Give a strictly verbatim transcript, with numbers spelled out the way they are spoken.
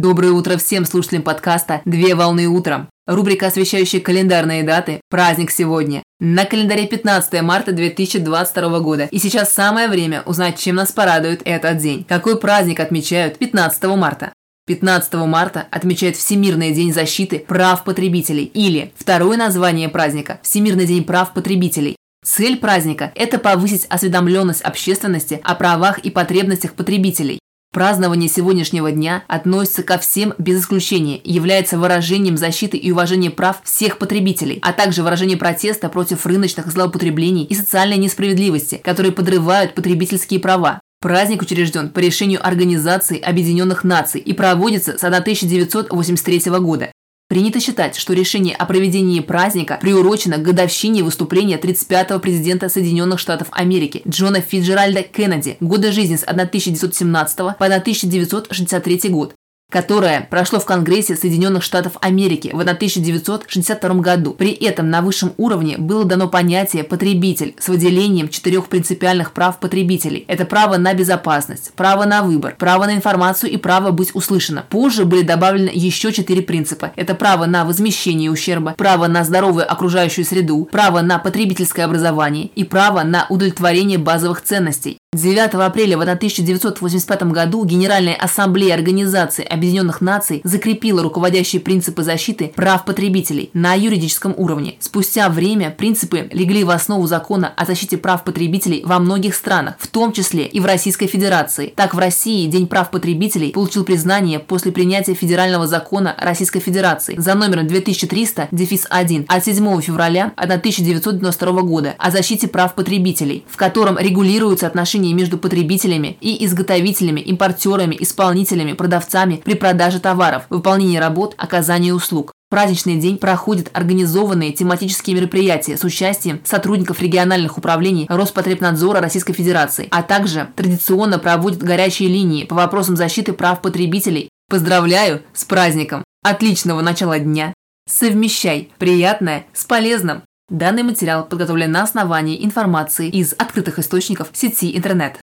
Доброе утро всем слушателям подкаста «Две волны утром». Рубрика, освещающая календарные даты, праздник сегодня. На календаре пятнадцатое марта две тысячи двадцать второго года. И сейчас самое время узнать, чем нас порадует этот день. Какой праздник отмечают пятнадцатого марта? пятнадцатого марта отмечают Всемирный день защиты прав потребителей, или второе название праздника – Всемирный день прав потребителей. Цель праздника – это повысить осведомленность общественности о правах и потребностях потребителей. Празднование сегодняшнего дня относится ко всем без исключения и является выражением защиты и уважения прав всех потребителей, а также выражением протеста против рыночных злоупотреблений и социальной несправедливости, которые подрывают потребительские права. Праздник учрежден по решению Организации Объединенных Наций и проводится с тысяча девятьсот восемьдесят третьего года. Принято считать, что решение о проведении праздника приурочено к годовщине выступления тридцать пятого президента Соединенных Штатов Америки Джона Фицджеральда Кеннеди, года жизни с тысяча девятьсот семнадцатого по тысяча девятьсот шестьдесят третий год, которое прошло в Конгрессе Соединенных Штатов Америки в тысяча девятьсот шестьдесят втором году. При этом на высшем уровне было дано понятие «потребитель» с выделением четырех принципиальных прав потребителей. Это право на безопасность, право на выбор, право на информацию и право быть услышанным. Позже были добавлены еще четыре принципа. Это право на возмещение ущерба, право на здоровую окружающую среду, право на потребительское образование и право на удовлетворение базовых ценностей. девятого апреля в тысяча девятьсот восемьдесят пятом году Генеральная ассамблея Организации Объединенных Наций закрепила руководящие принципы защиты прав потребителей на юридическом уровне. Спустя время принципы легли в основу закона о защите прав потребителей во многих странах, в том числе и в Российской Федерации. Так, в России День прав потребителей получил признание после принятия федерального закона Российской Федерации за номером две тысячи триста один от седьмого февраля тысяча девятьсот девяносто второго года о защите прав потребителей, в котором регулируются отношения между потребителями и изготовителями, импортерами, исполнителями, продавцами при продаже товаров, выполнении работ, оказании услуг. В праздничный день проходят организованные тематические мероприятия с участием сотрудников региональных управлений Роспотребнадзора Российской Федерации, а также традиционно проводят горячие линии по вопросам защиты прав потребителей. Поздравляю с праздником! Отличного начала дня! Совмещай приятное с полезным! Данный материал подготовлен на основании информации из открытых источников сети интернет.